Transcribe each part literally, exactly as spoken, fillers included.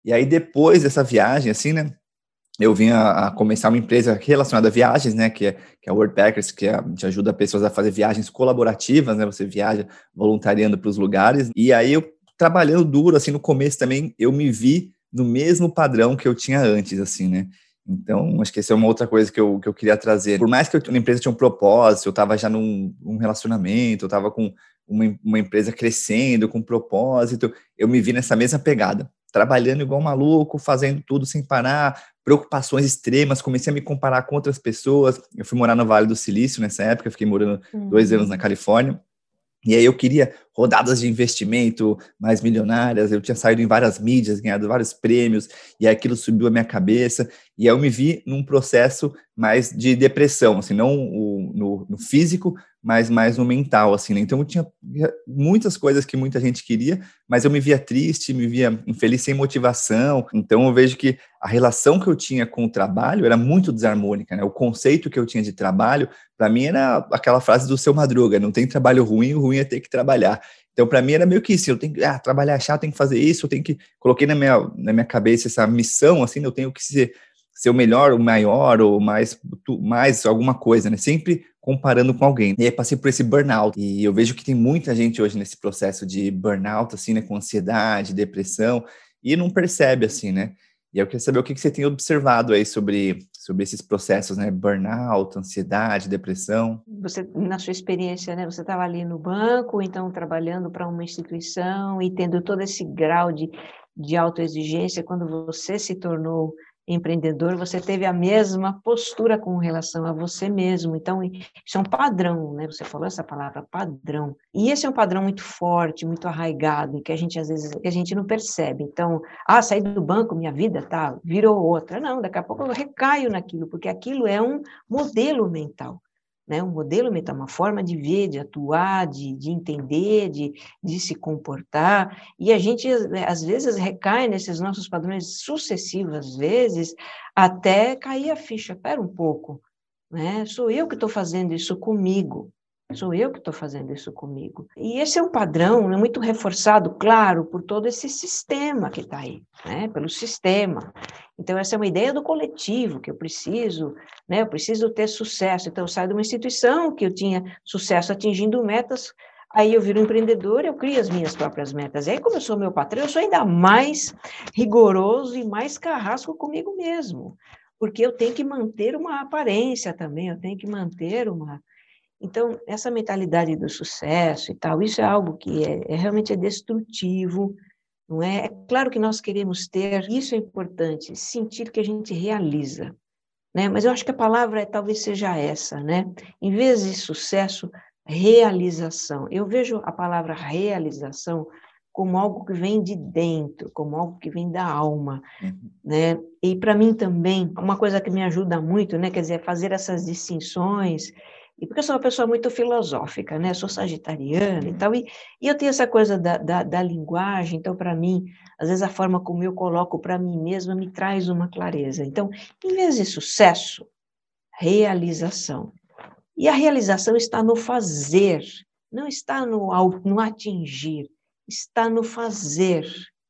E aí, depois dessa viagem, assim, né, eu vim a a começar uma empresa relacionada a viagens, né, que é que é a Worldpackers, que é a gente ajuda pessoas a fazer viagens colaborativas, né, você viaja voluntariando para os lugares. E aí eu trabalhando duro, assim, no começo também, eu me vi no mesmo padrão que eu tinha antes, assim, né. Então, acho que essa é uma outra coisa que eu que eu queria trazer. Por mais que eu a empresa tinha um propósito, eu estava já num num relacionamento, eu estava com uma em uma empresa crescendo, com propósito, eu me vi nessa mesma pegada, trabalhando igual maluco, fazendo tudo sem parar, preocupações extremas, comecei a me comparar com outras pessoas. Eu fui morar no Vale do Silício nessa época, fiquei morando dois anos na Uhum. Califórnia, e aí eu queria rodadas de investimento mais milionárias, eu tinha saído em várias mídias, ganhado vários prêmios, e aquilo subiu a minha cabeça, e aí eu me vi num processo mais de depressão, assim, não o no no físico, mas mais no mental, assim, né. Então eu tinha muitas coisas que muita gente queria, mas eu me via triste, me via infeliz, sem motivação. Então eu vejo que a relação que eu tinha com o trabalho era muito desarmônica, né, o conceito que eu tinha de trabalho, para mim era aquela frase do Seu Madruga: "Não tem trabalho ruim, o ruim é ter que trabalhar". Então para mim era meio que isso, eu tenho que ah, trabalhar é chato, tenho que fazer isso, eu tenho que coloquei na minha na minha cabeça essa missão, assim, eu tenho que ser ser o melhor, o maior, ou mais tu mais alguma coisa, né, sempre comparando com alguém. E aí passei por esse burnout, e eu vejo que tem muita gente hoje nesse processo de burnout, assim, né, com ansiedade, depressão, e não percebe, assim, né. E eu queria saber o que que você tem observado aí sobre sobre esses processos, né, burnout, ansiedade, depressão. Você, na sua experiência, né, você estava ali no banco, então trabalhando para uma instituição e tendo todo esse grau de de autoexigência, quando você se tornou empreendedor, você teve a mesma postura com relação a você mesmo, então isso é um padrão, né, você falou essa palavra, padrão. E esse é um padrão muito forte, muito arraigado, e que a gente às vezes que a gente não percebe. Então, "Ah, saí do banco, minha vida, tá, virou outra". Não, daqui a pouco eu recaio naquilo, porque aquilo é um modelo mental, né, um modelo mental, uma forma de ver, de atuar, de de entender, de de se comportar, e a gente às vezes recai nesses nossos padrões sucessivas vezes, até cair a ficha, "espera um pouco, né, sou eu que estou fazendo isso comigo, sou eu que estou fazendo isso comigo". E esse é um padrão, né, muito reforçado, claro, por todo esse sistema que está aí, né, pelo sistema. Então essa é uma ideia do coletivo, que eu preciso, né, eu preciso ter sucesso, então eu saio de uma instituição que eu tinha sucesso atingindo metas, aí eu viro empreendedora, eu crio as minhas próprias metas, e aí como eu sou meu patrão, eu sou ainda mais rigoroso e mais carrasco comigo mesmo, porque eu tenho que manter uma aparência também, eu tenho que manter uma então essa mentalidade do sucesso e tal, isso é algo que é é realmente é destrutivo, não é. É claro que nós queremos ter, isso é importante, sentir que a gente realiza, né, mas eu acho que a palavra talvez seja essa, né, em vez de sucesso, realização. Eu vejo a palavra realização como algo que vem de dentro, como algo que vem da alma, Uhum. né. E para mim também, uma coisa que me ajuda muito, né, quer dizer, fazer essas distinções, e porque eu sou uma pessoa muito filosófica, né, sou sagitariana e tal, e e eu tenho essa coisa da da da linguagem, então para mim, às vezes a forma como eu coloco para mim mesma me traz uma clareza. Então, em vez de sucesso, realização. E a realização está no fazer, não está no al no atingir, está no fazer.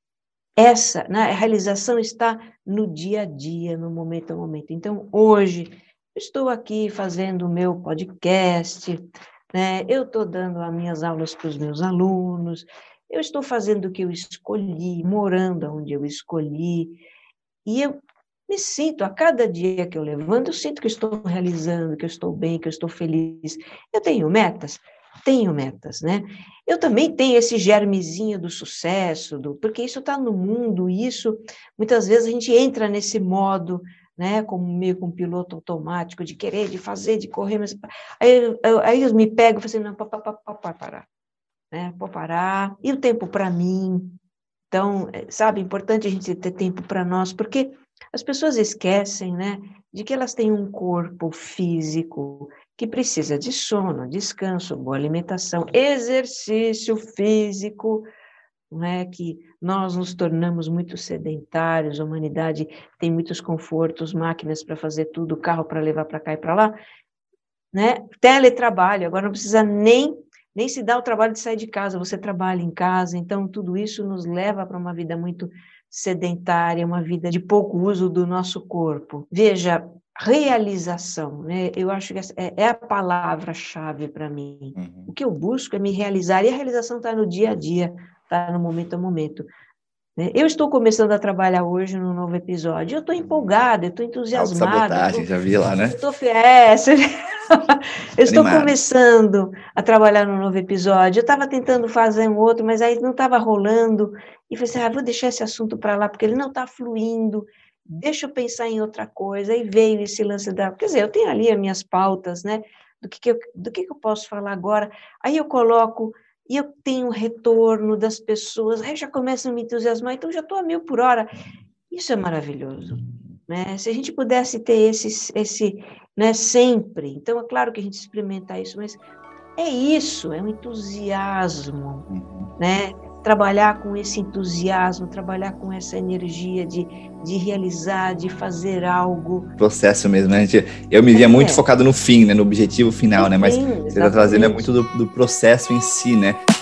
Essa, né, a realização está no dia a dia, no momento a momento. Então hoje, estou aqui fazendo o meu podcast, né, eu estou dando as minhas aulas para os meus alunos, eu estou fazendo o que eu escolhi, morando aonde eu escolhi, e eu me sinto, a cada dia que eu levanto, eu sinto que eu estou realizando, que eu estou bem, que eu estou feliz. Eu tenho metas? Tenho metas, né. Eu também tenho esse germezinho do sucesso, do porque isso está no mundo, e isso, muitas vezes a gente entra nesse modo, né, como meio com piloto automático, de querer, de fazer, de correr, mas aí eu aí eu me pego e falo assim: "Não, pa pa pa pa pa parar", né, vou parar, e o tempo para mim. Então, sabe, é importante a gente ter tempo para nós, porque as pessoas esquecem, né, de que elas têm um corpo físico que precisa de sono, descanso, boa alimentação, exercício físico, não é, que nós nos tornamos muito sedentários, a humanidade tem muitos confortos, máquinas para fazer tudo, carro para levar para cá e para lá, né, teletrabalho, agora não precisa nem nem se dar o trabalho de sair de casa, você trabalha em casa, então tudo isso nos leva para uma vida muito sedentária, uma vida de pouco uso do nosso corpo. Veja, realização, né? Eu acho que é, é a palavra-chave para mim. Uhum. O que eu busco é me realizar, e a realização está no dia a dia, está no momento a momento. Eu estou começando a trabalhar hoje num novo episódio, eu estou empolgada, eu estou entusiasmada. Autossabotagem, tô, já vi lá, né? Eu estou é, eu estou começando a trabalhar num novo episódio, eu estava tentando fazer um outro, mas aí não estava rolando, e falei assim, ah, vou deixar esse assunto para lá, porque ele não está fluindo, deixa eu pensar em outra coisa, e veio esse lance da... Quer dizer, eu tenho ali as minhas pautas, né, do que, que, eu, do que, que eu posso falar agora, aí eu coloco... E eu tenho um retorno das pessoas, aí já começam a me entusiasmar, então já estou a mil por hora. Isso é maravilhoso, né? Se a gente pudesse ter esse, esse, né, sempre, então é claro que a gente experimenta isso, mas é isso, é um entusiasmo, né? Trabalhar com esse entusiasmo, trabalhar com essa energia de, de realizar, de fazer algo. Processo mesmo, né? Gente, eu me via é. muito focado no fim, né? No objetivo final, né? Mas sim, você está trazendo é muito do, do processo em si, né?